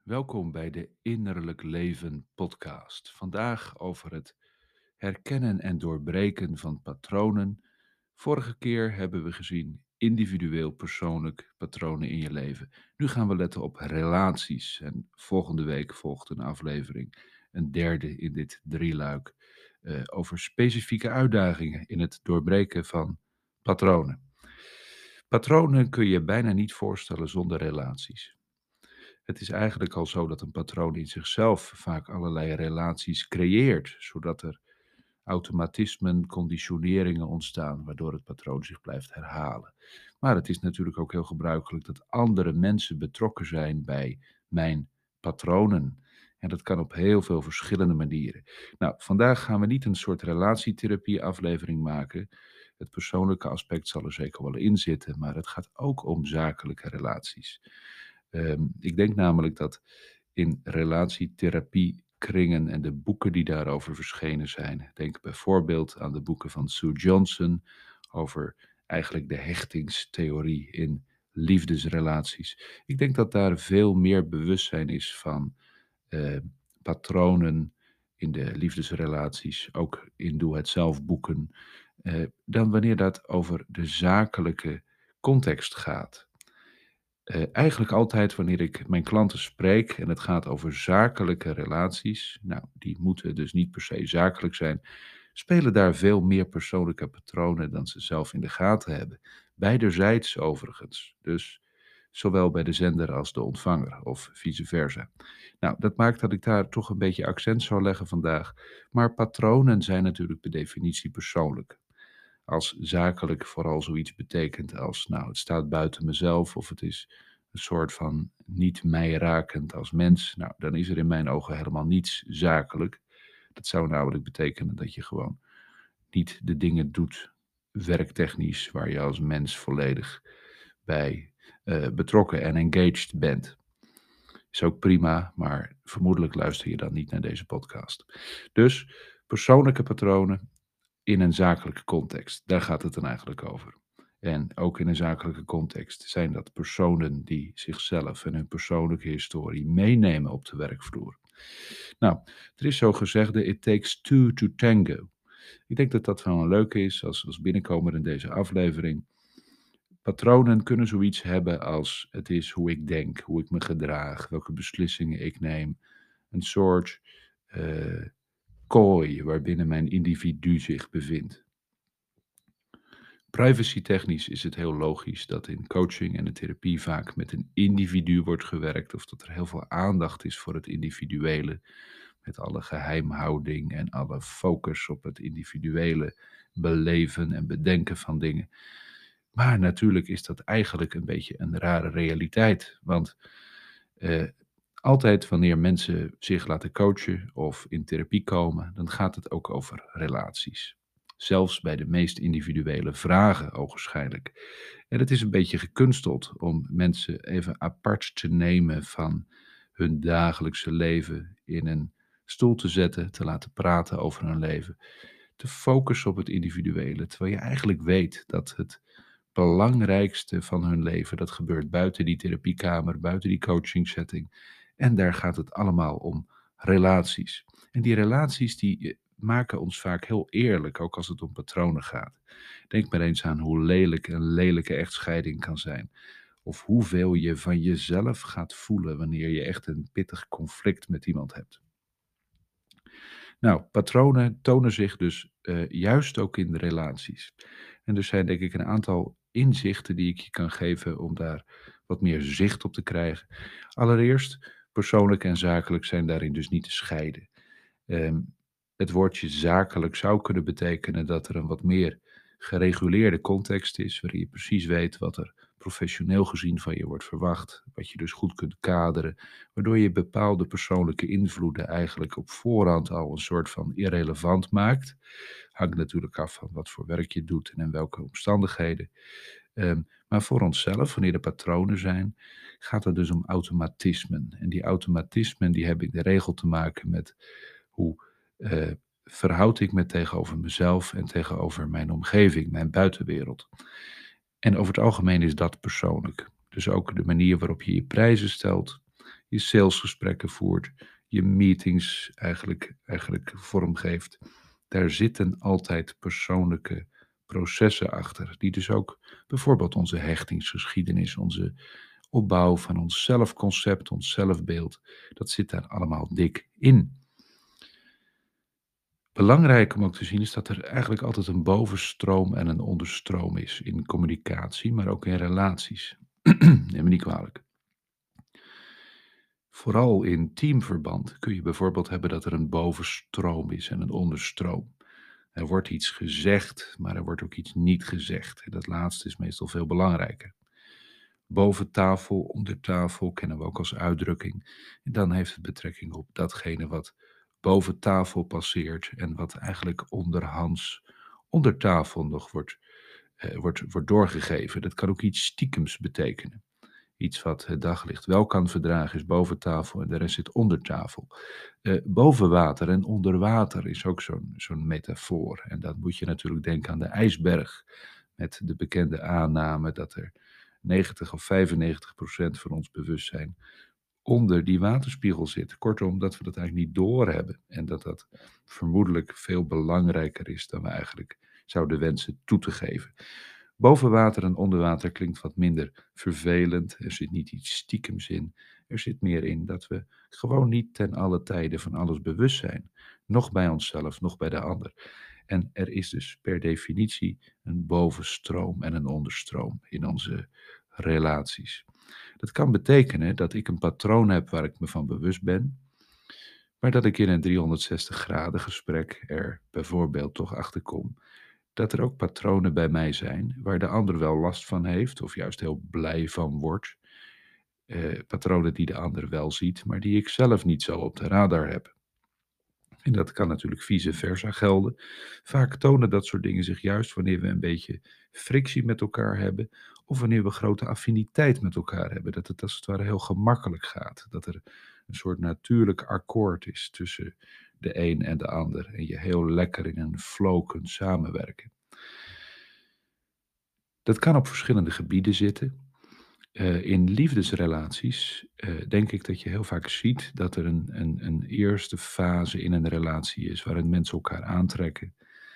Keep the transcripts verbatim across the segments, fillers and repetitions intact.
Welkom bij de Innerlijk Leven podcast. Vandaag over het herkennen en doorbreken van patronen. Vorige keer hebben we gezien individueel persoonlijk patronen in je leven. Nu gaan we letten op relaties en volgende week volgt een aflevering, een derde in dit drieluik, eh, over specifieke uitdagingen in het doorbreken van patronen. Patronen kun je bijna niet voorstellen zonder relaties. Het is eigenlijk al zo dat een patroon in zichzelf vaak allerlei relaties creëert, zodat er automatismen, conditioneringen ontstaan, waardoor het patroon zich blijft herhalen. Maar het is natuurlijk ook heel gebruikelijk dat andere mensen betrokken zijn bij mijn patronen. En dat kan op heel veel verschillende manieren. Nou, vandaag gaan we niet een soort relatietherapie-aflevering maken. Het persoonlijke aspect zal er zeker wel in zitten, maar het gaat ook om zakelijke relaties. Ehm, ik denk namelijk dat in relatietherapiekringen en de boeken die daarover verschenen zijn, denk bijvoorbeeld aan de boeken van Sue Johnson over eigenlijk de hechtingstheorie in liefdesrelaties. Ik denk dat daar veel meer bewustzijn is van eh, patronen in de liefdesrelaties, ook in Doe het zelf boeken, eh, dan wanneer dat over de zakelijke context gaat. Eh, eigenlijk altijd wanneer ik mijn klanten spreek en het gaat over zakelijke relaties, nou, die moeten dus niet per se zakelijk zijn, spelen daar veel meer persoonlijke patronen dan ze zelf in de gaten hebben. Beiderzijds overigens, dus zowel bij de zender als de ontvanger of vice versa. Nou, dat maakt dat ik daar toch een beetje accent zou leggen vandaag, maar patronen zijn natuurlijk per definitie persoonlijk. Als zakelijk vooral zoiets betekent als, nou, het staat buiten mezelf of het is een soort van niet mij rakend als mens, nou, dan is er in mijn ogen helemaal niets zakelijk. Dat zou namelijk betekenen dat je gewoon niet de dingen doet, werktechnisch, waar je als mens volledig bij eh, betrokken en engaged bent. Is ook prima, maar vermoedelijk luister je dan niet naar deze podcast. Dus persoonlijke patronen in een zakelijke context, daar gaat het dan eigenlijk over. En ook in een zakelijke context zijn dat personen die zichzelf en hun persoonlijke historie meenemen op de werkvloer. Nou, er is zo gezegde, it takes two to tango. Ik denk dat dat wel een leuke is als, als binnenkomer in deze aflevering. Patronen kunnen zoiets hebben als het is hoe ik denk, hoe ik me gedraag, welke beslissingen ik neem. Een soort eh, kooi waarbinnen mijn individu zich bevindt. Privacy-technisch is het heel logisch dat in coaching en de therapie vaak met een individu wordt gewerkt, of dat er heel veel aandacht is voor het individuele, met alle geheimhouding en alle focus op het individuele beleven en bedenken van dingen. Maar natuurlijk is dat eigenlijk een beetje een rare realiteit, want eh, altijd wanneer mensen zich laten coachen of in therapie komen, dan gaat het ook over relaties. Zelfs bij de meest individuele vragen, ogenschijnlijk. En het is een beetje gekunsteld om mensen even apart te nemen van hun dagelijkse leven, in een stoel te zetten, te laten praten over hun leven, te focussen op het individuele, terwijl je eigenlijk weet dat het belangrijkste van hun leven, dat gebeurt buiten die therapiekamer, buiten die coachingsetting. En daar gaat het allemaal om relaties. En die relaties die eh, maken ons vaak heel eerlijk, ook als het om patronen gaat. Denk maar eens aan hoe lelijk een lelijke echtscheiding kan zijn. Of hoeveel je van jezelf gaat voelen wanneer je echt een pittig conflict met iemand hebt. Nou, patronen tonen zich dus eh, juist ook in de relaties. En er zijn denk ik een aantal inzichten die ik je kan geven om daar wat meer zicht op te krijgen. Allereerst, persoonlijk en zakelijk zijn daarin dus niet te scheiden. Ehm, het woordje zakelijk zou kunnen betekenen dat er een wat meer gereguleerde context is, waarin je precies weet wat er professioneel gezien van je wordt verwacht, wat je dus goed kunt kaderen, waardoor je bepaalde persoonlijke invloeden eigenlijk op voorhand al een soort van irrelevant maakt. Hangt natuurlijk af van wat voor werk je doet en in welke omstandigheden. Ehm, maar voor onszelf, wanneer er patronen zijn, gaat het dus om automatismen. En die automatismen die hebben in de regel te maken met hoe eh, verhoud ik me tegenover mezelf en tegenover mijn omgeving, mijn buitenwereld. En over het algemeen is dat persoonlijk. Dus ook de manier waarop je je prijzen stelt, je salesgesprekken voert, je meetings eigenlijk eigenlijk vormgeeft. Daar zitten altijd persoonlijke processen achter, die dus ook bijvoorbeeld onze hechtingsgeschiedenis, onze opbouw van ons zelfconcept, ons zelfbeeld, dat zit daar allemaal dik in. Belangrijk om ook te zien is dat er eigenlijk altijd een bovenstroom en een onderstroom is in communicatie, maar ook in relaties. Neem me niet kwalijk. Vooral in teamverband kun je bijvoorbeeld hebben dat er een bovenstroom is en een onderstroom. Er wordt iets gezegd, maar er wordt ook iets niet gezegd. En dat laatste is meestal veel belangrijker. Boven tafel, onder tafel kennen we ook als uitdrukking. En dan heeft het betrekking op datgene wat boven tafel passeert en wat eigenlijk onderhands onder tafel nog wordt, eh, wordt, wordt doorgegeven. Dat kan ook iets stiekems betekenen. Iets wat het daglicht wel kan verdragen is boven tafel en de rest zit onder tafel. Eh, boven water en onder water is ook zo'n zo'n metafoor. En dan moet je natuurlijk denken aan de ijsberg. Met de bekende aanname dat er negentig of vijfennegentig procent van ons bewustzijn onder die waterspiegel zit. Kortom, dat we dat eigenlijk niet doorhebben. En dat dat vermoedelijk veel belangrijker is dan we eigenlijk zouden wensen toe te geven. Boven water en onder water klinkt wat minder vervelend. Er zit niet iets stiekems in. Er zit meer in dat we gewoon niet ten alle tijde van alles bewust zijn. Nog bij onszelf, nog bij de ander. En er is dus per definitie een bovenstroom en een onderstroom in onze relaties. Dat kan betekenen dat ik een patroon heb waar ik me van bewust ben, maar dat ik in een driehonderdzestig graden gesprek er bijvoorbeeld toch achter kom dat er ook patronen bij mij zijn waar de ander wel last van heeft of juist heel blij van wordt. Eh, patronen die de ander wel ziet, maar die ik zelf niet zo op de radar heb. En dat kan natuurlijk vice versa gelden. Vaak tonen dat soort dingen zich juist wanneer we een beetje frictie met elkaar hebben of wanneer we grote affiniteit met elkaar hebben. Dat het als het ware heel gemakkelijk gaat. Dat er een soort natuurlijk akkoord is tussen de een en de ander en je heel lekker in een flow kunt samenwerken. Dat kan op verschillende gebieden zitten. Eh, in liefdesrelaties eh, denk ik dat je heel vaak ziet dat er een, een, een eerste fase in een relatie is waarin mensen elkaar aantrekken.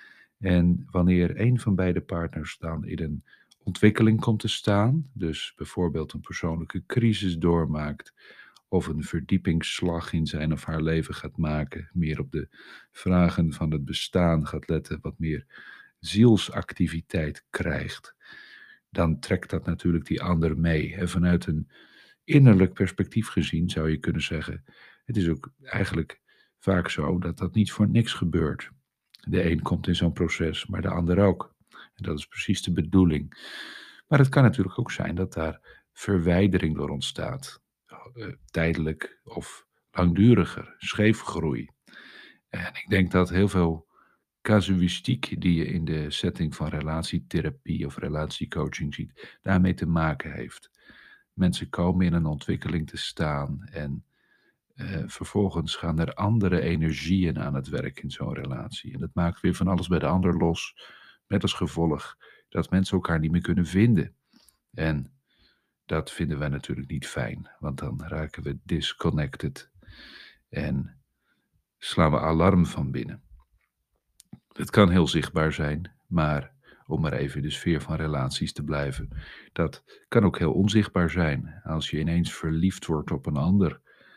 En wanneer een van beide partners dan in een ontwikkeling komt te staan, dus bijvoorbeeld een persoonlijke crisis doormaakt of een verdiepingsslag in zijn of haar leven gaat maken, meer op de vragen van het bestaan gaat letten, wat meer zielsactiviteit krijgt, dan trekt dat natuurlijk die ander mee. En vanuit een innerlijk perspectief gezien zou je kunnen zeggen, het is ook eigenlijk vaak zo dat dat niet voor niks gebeurt. De een komt in zo'n proces, maar de ander ook. En dat is precies de bedoeling. Maar het kan natuurlijk ook zijn dat daar verwijdering door ontstaat. Eh, tijdelijk of langduriger, scheefgroei. En ik denk dat heel veel casuïstiek die je in de setting van relatietherapie of relatiecoaching ziet, daarmee te maken heeft. Mensen komen in een ontwikkeling te staan en eh, vervolgens gaan er andere energieën aan het werk in zo'n relatie. En dat maakt weer van alles bij de ander los, met als gevolg dat mensen elkaar niet meer kunnen vinden. En dat vinden wij natuurlijk niet fijn, want dan raken we disconnected en slaan we alarm van binnen. Het kan heel zichtbaar zijn, maar om maar even in de sfeer van relaties te blijven, dat kan ook heel onzichtbaar zijn. Als je ineens verliefd wordt op een ander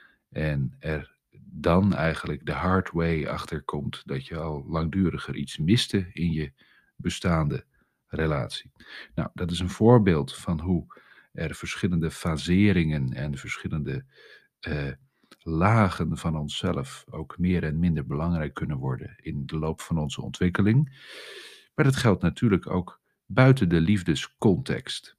en er dan eigenlijk de hard way achter komt dat je al langduriger iets miste in je bestaande relatie. Nou, dat is een voorbeeld van hoe er verschillende faseringen en verschillende eh, lagen van onszelf ook meer en minder belangrijk kunnen worden in de loop van onze ontwikkeling. Maar dat geldt natuurlijk ook buiten de liefdescontext.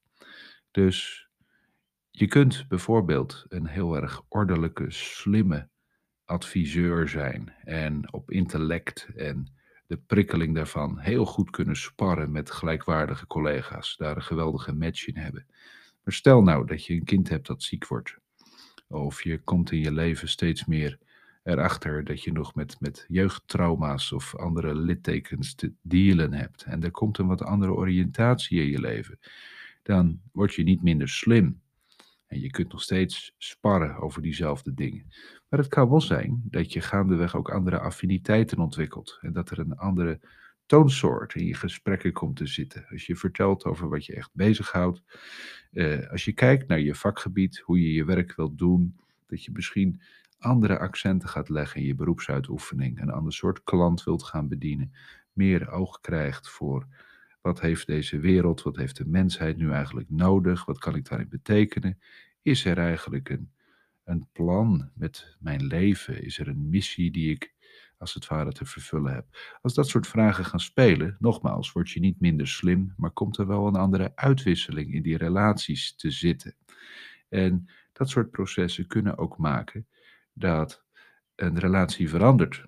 Dus je kunt bijvoorbeeld een heel erg ordelijke, slimme adviseur zijn en op intellect en de prikkeling daarvan heel goed kunnen sparren met gelijkwaardige collega's, daar een geweldige match in hebben. Maar stel nou dat je een kind hebt dat ziek wordt. Of je komt in je leven steeds meer erachter dat je nog met, met jeugdtrauma's of andere littekens te dealen hebt. En er komt een wat andere oriëntatie in je leven. Dan word je niet minder slim. En je kunt nog steeds sparren over diezelfde dingen. Maar het kan wel zijn dat je gaandeweg ook andere affiniteiten ontwikkelt. En dat er een andere toonsoort in je gesprekken komt te zitten. Als je vertelt over wat je echt bezighoudt. Eh, als je kijkt naar je vakgebied, hoe je je werk wilt doen. Dat je misschien andere accenten gaat leggen in je beroepsuitoefening. Een ander soort klant wilt gaan bedienen. Meer oog krijgt voor wat heeft deze wereld, wat heeft de mensheid nu eigenlijk nodig? Wat kan ik daarin betekenen? Is er eigenlijk een, een plan met mijn leven? Is er een missie die ik als het ware te vervullen heb? Als dat soort vragen gaan spelen, nogmaals, word je niet minder slim, maar komt er wel een andere uitwisseling in die relaties te zitten. En dat soort processen kunnen ook maken dat een relatie verandert.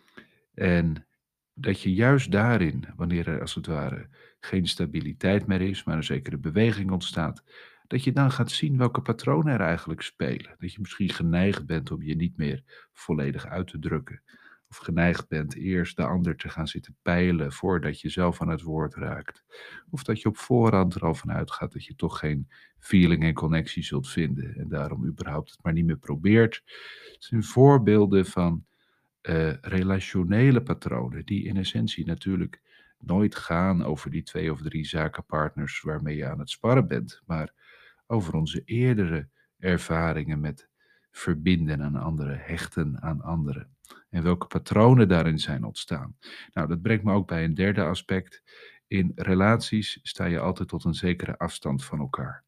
En dat je juist daarin, wanneer er als het ware geen stabiliteit meer is, maar een zekere beweging ontstaat, dat je dan gaat zien welke patronen er eigenlijk spelen. Dat je misschien geneigd bent om je niet meer volledig uit te drukken. Of geneigd bent eerst de ander te gaan zitten peilen voordat je zelf aan het woord raakt. Of dat je op voorhand er al van uitgaat dat je toch geen feeling en connectie zult vinden. En daarom überhaupt het maar niet meer probeert. Het zijn voorbeelden van eh, relationele patronen, die in essentie natuurlijk nooit gaan over die twee of drie zakenpartners waarmee je aan het sparren bent, maar over onze eerdere ervaringen met verbinden aan anderen, hechten aan anderen. En welke patronen daarin zijn ontstaan. Nou, dat brengt me ook bij een derde aspect. In relaties sta je altijd tot een zekere afstand van elkaar.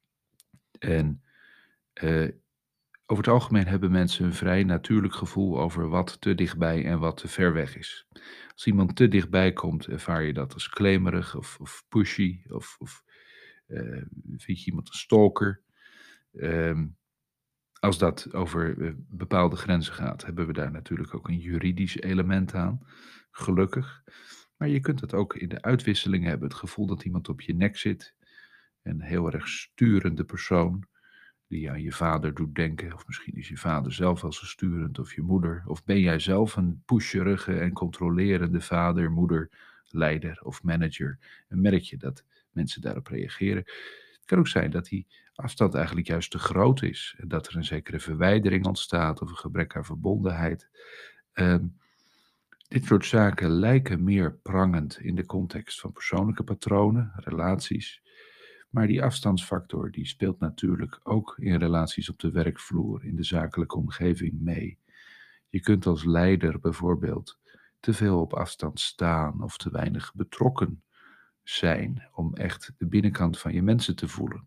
En eh, over het algemeen hebben mensen een vrij natuurlijk gevoel over wat te dichtbij en wat te ver weg is. Als iemand te dichtbij komt, ervaar je dat als claimerig of, of pushy of, of eh, vind je iemand een stalker. Ehm, als dat over eh, bepaalde grenzen gaat, hebben we daar natuurlijk ook een juridisch element aan, gelukkig. Maar je kunt het ook in de uitwisseling hebben, het gevoel dat iemand op je nek zit, een heel erg sturende persoon die aan je vader doet denken. Of misschien is je vader zelf wel zo sturend of je moeder. Of ben jij zelf een pusherige en controlerende vader, moeder, leider of manager. En merk je dat mensen daarop reageren. Het kan ook zijn dat die afstand eigenlijk juist te groot is. En dat er een zekere verwijdering ontstaat of een gebrek aan verbondenheid. Ehm, dit soort zaken lijken meer prangend in de context van persoonlijke patronen, relaties. Maar die afstandsfactor die speelt natuurlijk ook in relaties op de werkvloer, in de zakelijke omgeving mee. Je kunt als leider bijvoorbeeld te veel op afstand staan of te weinig betrokken zijn om echt de binnenkant van je mensen te voelen.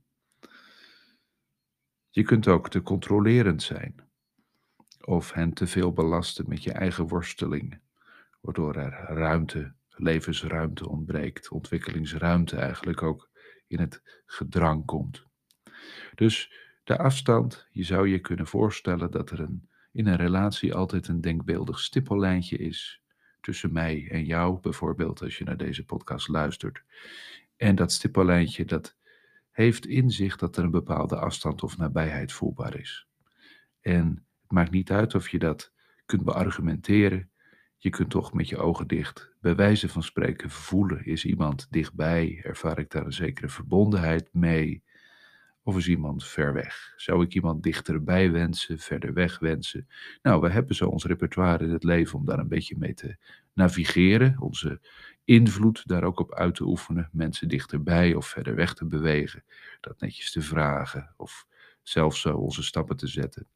Je kunt ook te controlerend zijn of hen te veel belasten met je eigen worstelingen, waardoor er ruimte, levensruimte ontbreekt, ontwikkelingsruimte eigenlijk ook in het gedrang komt. Dus de afstand, je zou je kunnen voorstellen dat er een, in een relatie altijd een denkbeeldig stippellijntje is tussen mij en jou, bijvoorbeeld als je naar deze podcast luistert. En dat stippellijntje dat heeft in zich dat er een bepaalde afstand of nabijheid voelbaar is. En het maakt niet uit of je dat kunt beargumenteren. Je kunt toch met je ogen dicht, bij wijze van spreken, voelen. Is iemand dichtbij? Ervaar ik daar een zekere verbondenheid mee? Of is iemand ver weg? Zou ik iemand dichterbij wensen, verder weg wensen? Nou, we hebben zo ons repertoire in het leven om daar een beetje mee te navigeren. Onze invloed daar ook op uit te oefenen. Mensen dichterbij of verder weg te bewegen. Dat netjes te vragen of zelfs zo onze stappen te zetten.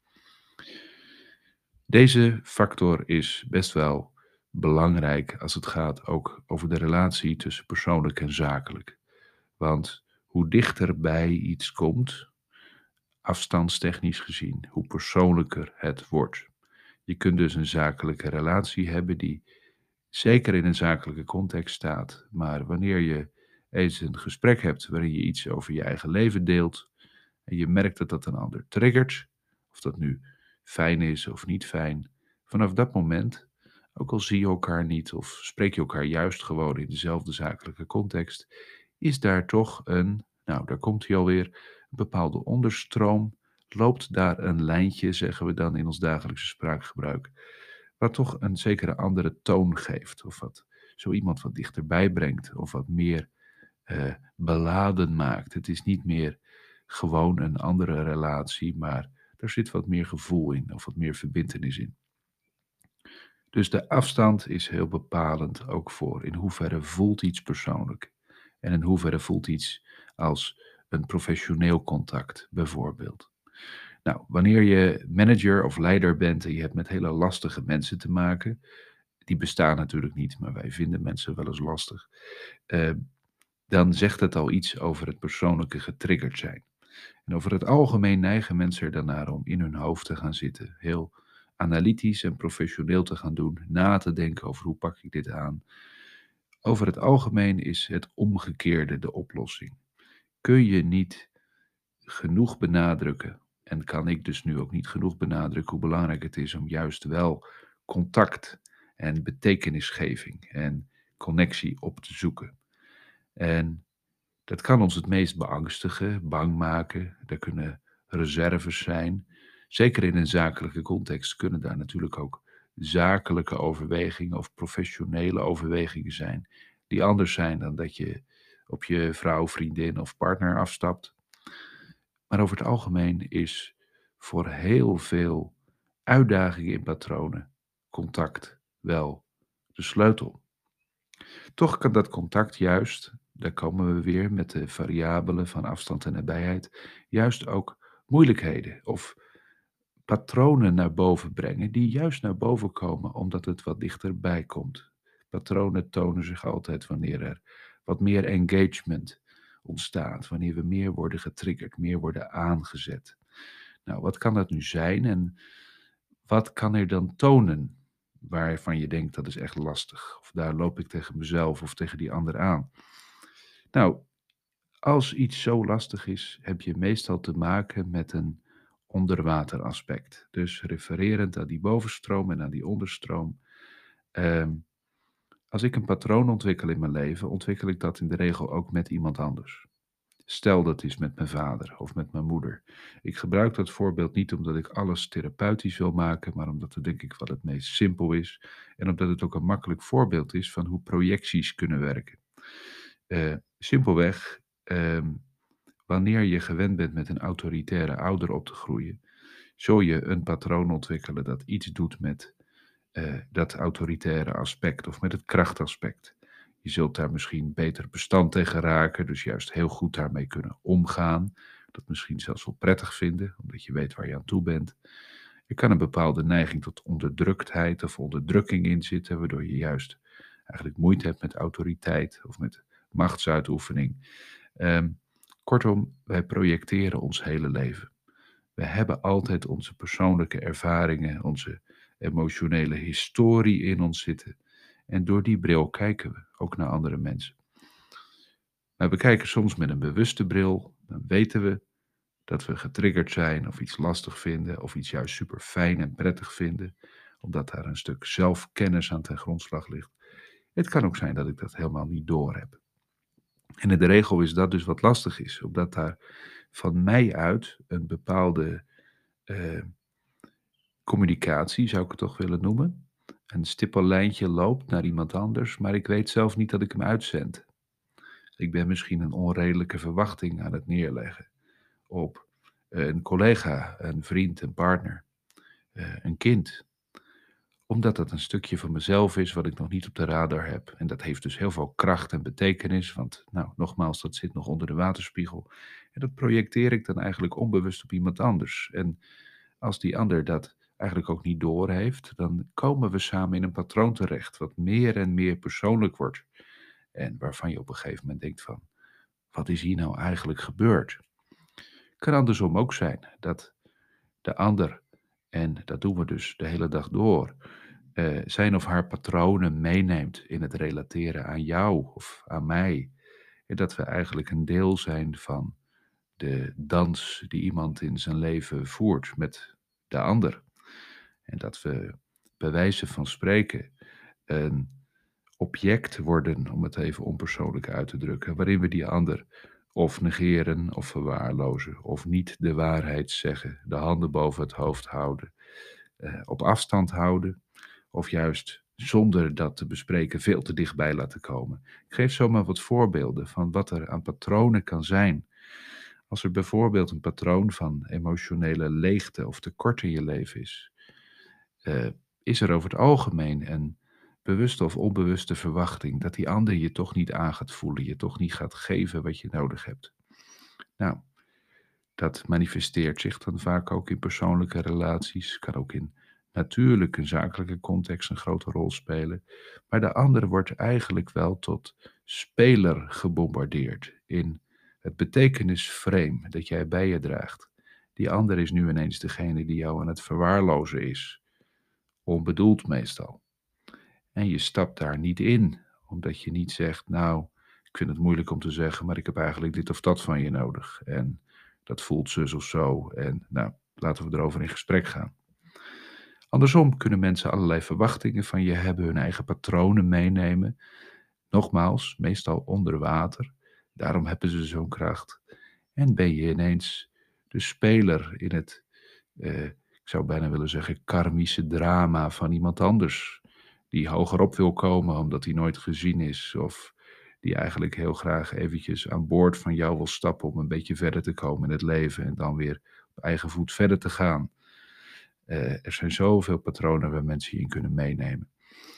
Deze factor is best wel belangrijk als het gaat ook over de relatie tussen persoonlijk en zakelijk. Want hoe dichter bij iets komt, afstandstechnisch gezien, hoe persoonlijker het wordt. Je kunt dus een zakelijke relatie hebben die zeker in een zakelijke context staat, maar wanneer je eens een gesprek hebt waarin je iets over je eigen leven deelt en je merkt dat dat een ander triggert, of dat nu fijn is of niet fijn, vanaf dat moment, ook al zie je elkaar niet of spreek je elkaar juist gewoon in dezelfde zakelijke context, is daar toch een, nou daar komt hij alweer, een bepaalde onderstroom, loopt daar een lijntje, zeggen we dan in ons dagelijkse spraakgebruik, wat toch een zekere andere toon geeft, of wat zo iemand wat dichterbij brengt, of wat meer eh, beladen maakt. Het is niet meer gewoon een andere relatie, maar er zit wat meer gevoel in of wat meer verbintenis in. Dus de afstand is heel bepalend ook voor in hoeverre voelt iets persoonlijk en in hoeverre voelt iets als een professioneel contact bijvoorbeeld. Nou, wanneer je manager of leider bent en je hebt met hele lastige mensen te maken, die bestaan natuurlijk niet, maar wij vinden mensen wel eens lastig, eh, dan zegt het al iets over het persoonlijke getriggerd zijn. En over het algemeen neigen mensen er dan naar om in hun hoofd te gaan zitten, heel analytisch en professioneel te gaan doen, na te denken over hoe pak ik dit aan. Over het algemeen is het omgekeerde de oplossing. Kun je niet genoeg benadrukken, en kan ik dus nu ook niet genoeg benadrukken hoe belangrijk het is om juist wel contact en betekenisgeving en connectie op te zoeken. En dat kan ons het meest beangstigen, bang maken. Er kunnen reserves zijn. Zeker in een zakelijke context kunnen daar natuurlijk ook zakelijke overwegingen of professionele overwegingen zijn, die anders zijn dan dat je op je vrouw, vriendin of partner afstapt. Maar over het algemeen is voor heel veel uitdagingen in patronen contact wel de sleutel. Toch kan dat contact juist, daar komen we weer met de variabelen van afstand en nabijheid, juist ook moeilijkheden of patronen naar boven brengen, die juist naar boven komen omdat het wat dichterbij komt. Patronen tonen zich altijd wanneer er wat meer engagement ontstaat, wanneer we meer worden getriggerd, meer worden aangezet. Nou, wat kan dat nu zijn en wat kan er dan tonen waarvan je denkt dat is echt lastig? Of daar loop ik tegen mezelf of tegen die ander aan. Nou, als iets zo lastig is, heb je meestal te maken met een onderwateraspect. Dus refererend aan die bovenstroom en aan die onderstroom. Ehm, als ik een patroon ontwikkel in mijn leven, ontwikkel ik dat in de regel ook met iemand anders. Stel dat is met mijn vader of met mijn moeder. Ik gebruik dat voorbeeld niet omdat ik alles therapeutisch wil maken, maar omdat het denk ik wat het meest simpel is en omdat het ook een makkelijk voorbeeld is van hoe projecties kunnen werken. Eh, simpelweg, ehm, wanneer je gewend bent met een autoritaire ouder op te groeien, zul je een patroon ontwikkelen dat iets doet met eh, dat autoritaire aspect of met het krachtaspect. Je zult daar misschien beter bestand tegen raken, dus juist heel goed daarmee kunnen omgaan. Dat misschien zelfs wel prettig vinden, omdat je weet waar je aan toe bent. Er kan een bepaalde neiging tot onderdruktheid of onderdrukking in zitten, waardoor je juist eigenlijk moeite hebt met autoriteit of met machtsuitoefening. Ehm, kortom, wij projecteren ons hele leven. We hebben altijd onze persoonlijke ervaringen, onze emotionele historie in ons zitten. En door die bril kijken we ook naar andere mensen. Maar we kijken soms met een bewuste bril. Dan weten we dat we getriggerd zijn of iets lastig vinden of iets juist super fijn en prettig vinden, omdat daar een stuk zelfkennis aan ten grondslag ligt. Het kan ook zijn dat ik dat helemaal niet doorheb. En in de regel is dat dus wat lastig is, omdat daar van mij uit een bepaalde eh, communicatie, zou ik het toch willen noemen, een stippel lijntje loopt naar iemand anders, maar ik weet zelf niet dat ik hem uitzend. Ik ben misschien een onredelijke verwachting aan het neerleggen op eh, een collega, een vriend, een partner, eh, een kind. Omdat dat een stukje van mezelf is wat ik nog niet op de radar heb. En dat heeft dus heel veel kracht en betekenis, want nou, nogmaals, dat zit nog onder de waterspiegel. En dat projecteer ik dan eigenlijk onbewust op iemand anders. En als die ander dat eigenlijk ook niet doorheeft, dan komen we samen in een patroon terecht wat meer en meer persoonlijk wordt. En waarvan je op een gegeven moment denkt van, wat is hier nou eigenlijk gebeurd? Kan andersom ook zijn dat de ander, en dat doen we dus de hele dag door, eh, zijn of haar patronen meeneemt in het relateren aan jou of aan mij. En dat we eigenlijk een deel zijn van de dans die iemand in zijn leven voert met de ander. En dat we bij wijze van spreken een object worden, om het even onpersoonlijk uit te drukken, waarin we die ander of negeren of verwaarlozen, of niet de waarheid zeggen, de handen boven het hoofd houden, eh, op afstand houden, of juist zonder dat te bespreken veel te dichtbij laten komen. Ik geef zomaar wat voorbeelden van wat er aan patronen kan zijn Als er bijvoorbeeld een patroon van emotionele leegte of tekort in je leven is, eh, is er over het algemeen een bewuste of onbewuste verwachting dat die ander je toch niet aan gaat voelen, je toch niet gaat geven wat je nodig hebt. Nou, dat manifesteert zich dan vaak ook in persoonlijke relaties, kan ook in natuurlijke zakelijke context een grote rol spelen. Maar de ander wordt eigenlijk wel tot speler gebombardeerd in het betekenisframe dat jij bij je draagt. Die ander is nu ineens degene die jou aan het verwaarlozen is, onbedoeld meestal. En je stapt daar niet in, omdat je niet zegt, nou, ik vind het moeilijk om te zeggen, maar ik heb eigenlijk dit of dat van je nodig. En dat voelt zus of zo. En nou, laten we erover in gesprek gaan. Andersom kunnen mensen allerlei verwachtingen van je hebben, hun eigen patronen meenemen. Nogmaals, meestal onder water. Daarom hebben ze zo'n kracht. En ben je ineens de speler in het, eh, ik zou bijna willen zeggen, karmische drama van iemand anders. Die hogerop wil komen omdat hij nooit gezien is. Of die eigenlijk heel graag eventjes aan boord van jou wil stappen om een beetje verder te komen in het leven. En dan weer op eigen voet verder te gaan. Eh, er zijn zoveel patronen waar mensen je in kunnen meenemen.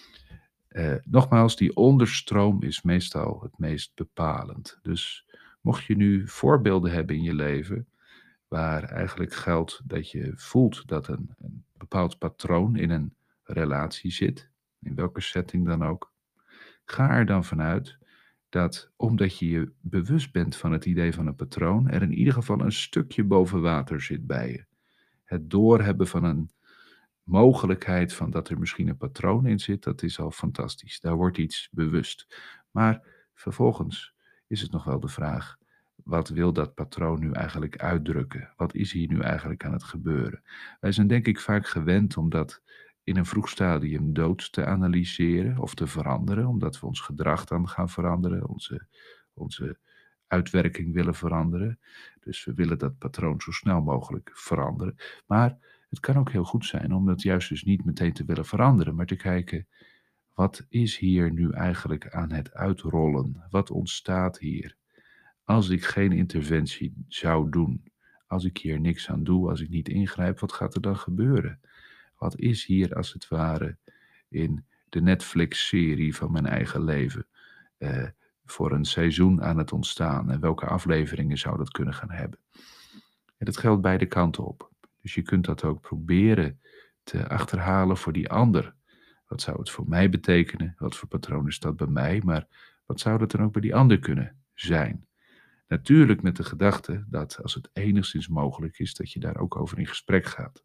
Eh, nogmaals, die onderstroom is meestal het meest bepalend. Dus mocht je nu voorbeelden hebben in je leven waar eigenlijk geldt dat je voelt dat een, een bepaald patroon in een relatie zit, in welke setting dan ook, ga er dan vanuit dat omdat je je bewust bent van het idee van een patroon, er in ieder geval een stukje boven water zit bij je. Het doorhebben van een mogelijkheid van dat er misschien een patroon in zit, dat is al fantastisch. Daar wordt iets bewust. Maar vervolgens is het nog wel de vraag, wat wil dat patroon nu eigenlijk uitdrukken? Wat is hier nu eigenlijk aan het gebeuren? Wij zijn denk ik vaak gewend om dat in een vroeg stadium dood te analyseren of te veranderen, omdat we ons gedrag dan gaan veranderen, onze, onze uitwerking willen veranderen. Dus we willen dat patroon zo snel mogelijk veranderen. Maar het kan ook heel goed zijn om dat juist dus niet meteen te willen veranderen, maar te kijken, wat is hier nu eigenlijk aan het uitrollen? Wat ontstaat hier? Als ik geen interventie zou doen, als ik hier niks aan doe, als ik niet ingrijp, wat gaat er dan gebeuren? Wat is hier als het ware in de Netflix-serie van mijn eigen leven eh, voor een seizoen aan het ontstaan? En welke afleveringen zou dat kunnen gaan hebben? En dat geldt beide kanten op. Dus je kunt dat ook proberen te achterhalen voor die ander. Wat zou het voor mij betekenen? Wat voor patroon is dat bij mij? Maar wat zou dat dan ook bij die ander kunnen zijn? Natuurlijk met de gedachte dat als het enigszins mogelijk is, dat je daar ook over in gesprek gaat.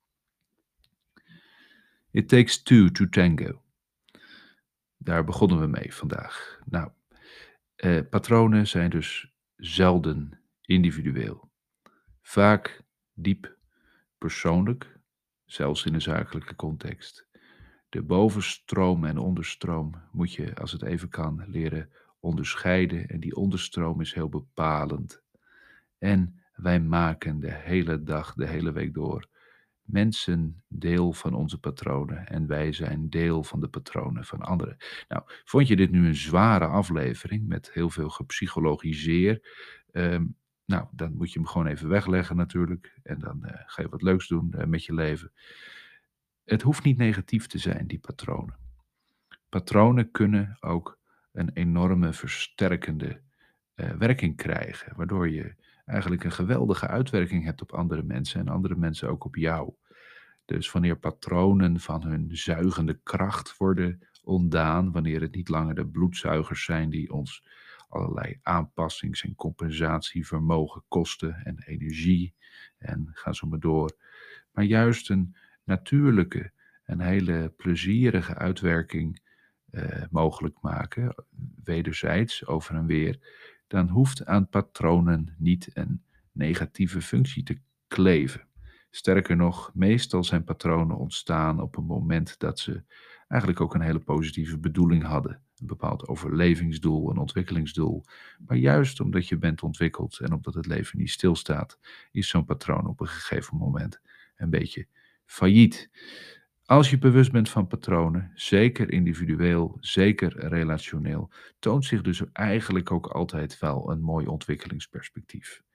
It takes two to tango. Daar begonnen we mee vandaag. Nou, eh, patronen zijn dus zelden individueel. Vaak diep persoonlijk, zelfs in een zakelijke context. De bovenstroom en onderstroom moet je, als het even kan, leren onderscheiden. En die onderstroom is heel bepalend. En wij maken de hele dag, de hele week door, mensen deel van onze patronen. En wij zijn deel van de patronen van anderen. Nou, vond je dit nu een zware aflevering met heel veel gepsychologiseer? Ehm, nou, dan moet je hem gewoon even wegleggen natuurlijk. En dan eh, ga je wat leuks doen eh, met je leven. Het hoeft niet negatief te zijn, die patronen. Patronen kunnen ook een enorme versterkende eh, werking krijgen, waardoor je eigenlijk een geweldige uitwerking hebt op andere mensen en andere mensen ook op jou. Dus wanneer patronen van hun zuigende kracht worden ontdaan, wanneer het niet langer de bloedzuigers zijn die ons allerlei aanpassings- en compensatievermogen kosten en energie en ga zo maar door, maar juist een natuurlijke en hele plezierige uitwerking eh, mogelijk maken, wederzijds over en weer, dan hoeft aan patronen niet een negatieve functie te kleven. Sterker nog, meestal zijn patronen ontstaan op een moment dat ze eigenlijk ook een hele positieve bedoeling hadden. Een bepaald overlevingsdoel, een ontwikkelingsdoel. Maar juist omdat je bent ontwikkeld en omdat het leven niet stilstaat, is zo'n patroon op een gegeven moment een beetje failliet. Als je bewust bent van patronen, zeker individueel, zeker relationeel, toont zich dus eigenlijk ook altijd wel een mooi ontwikkelingsperspectief.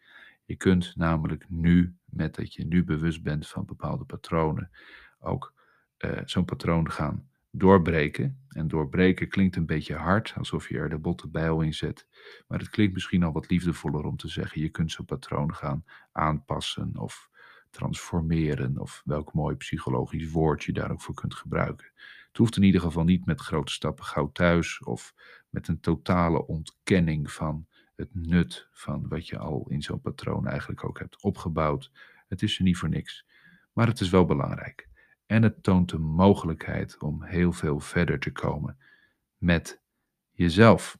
Je kunt namelijk nu, met dat je nu bewust bent van bepaalde patronen, ook eh, zo'n patroon gaan doorbreken. En doorbreken klinkt een beetje hard, alsof je er de botte bijl in zet. Maar het klinkt misschien al wat liefdevoller om te zeggen: je kunt zo'n patroon gaan aanpassen of transformeren, of welk mooi psychologisch woord je daar ook voor kunt gebruiken. Het hoeft in ieder geval niet met grote stappen gauw thuis of met een totale ontkenning van het nut van wat je al in zo'n patroon eigenlijk ook hebt opgebouwd. Het is er niet voor niks, maar het is wel belangrijk. En het toont de mogelijkheid om heel veel verder te komen met jezelf.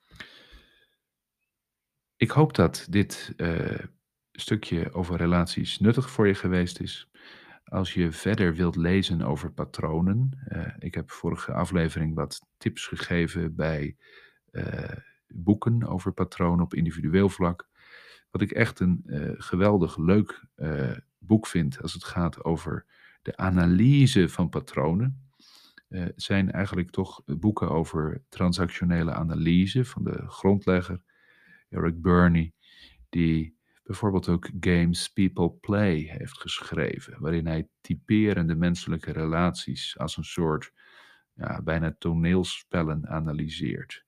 Ik hoop dat dit eh, stukje over relaties nuttig voor je geweest is. Als je verder wilt lezen over patronen, eh, ik heb vorige aflevering wat tips gegeven bij eh, boeken over patronen op individueel vlak. Wat ik echt een eh, geweldig leuk eh, boek vind als het gaat over de analyse van patronen. eh, zijn eigenlijk toch boeken over transactionele analyse van de grondlegger Eric Burney, die bijvoorbeeld ook Games People Play heeft geschreven, waarin hij typerende menselijke relaties als een soort ja, bijna toneelspellen analyseert.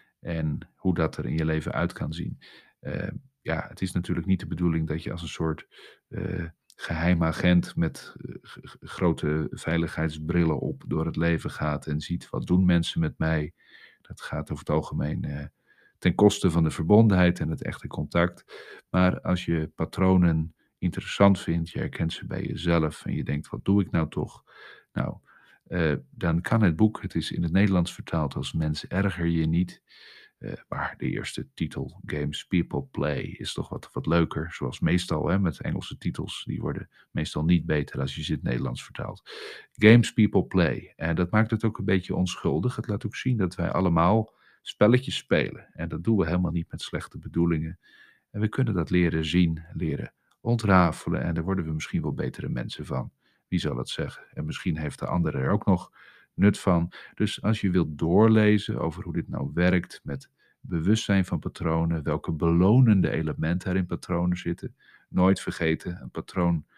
En hoe dat er in je leven uit kan zien. Eh, ja, het is natuurlijk niet de bedoeling dat je als een soort eh, geheim agent met eh, g- g- grote veiligheidsbrillen op door het leven gaat en ziet wat doen mensen met mij. Dat gaat over het algemeen eh, ten koste van de verbondenheid en het echte contact. Maar als je patronen interessant vindt, je herkent ze bij jezelf en je denkt, wat doe ik nou toch? Nou, eh, dan kan het boek, het is in het Nederlands vertaald als Mens erger je niet. Eh, maar de eerste titel, Games People Play, is toch wat, wat leuker. Zoals meestal hè, met Engelse titels. Die worden meestal niet beter als je ze in het Nederlands vertaalt. Games People Play. En dat maakt het ook een beetje onschuldig. Het laat ook zien dat wij allemaal spelletjes spelen. En dat doen we helemaal niet met slechte bedoelingen. En we kunnen dat leren zien, leren ontrafelen. En daar worden we misschien wel betere mensen van. Wie zal het zeggen? En misschien heeft de ander er ook nog nut van. Dus als je wilt doorlezen over hoe dit nou werkt met bewustzijn van patronen, welke belonende elementen er in patronen zitten, nooit vergeten, een patroon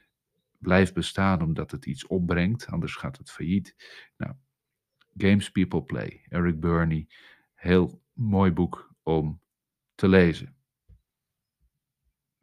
blijft bestaan omdat het iets opbrengt, anders gaat het failliet. Nou, Games People Play, Eric Burney, heel mooi boek om te lezen.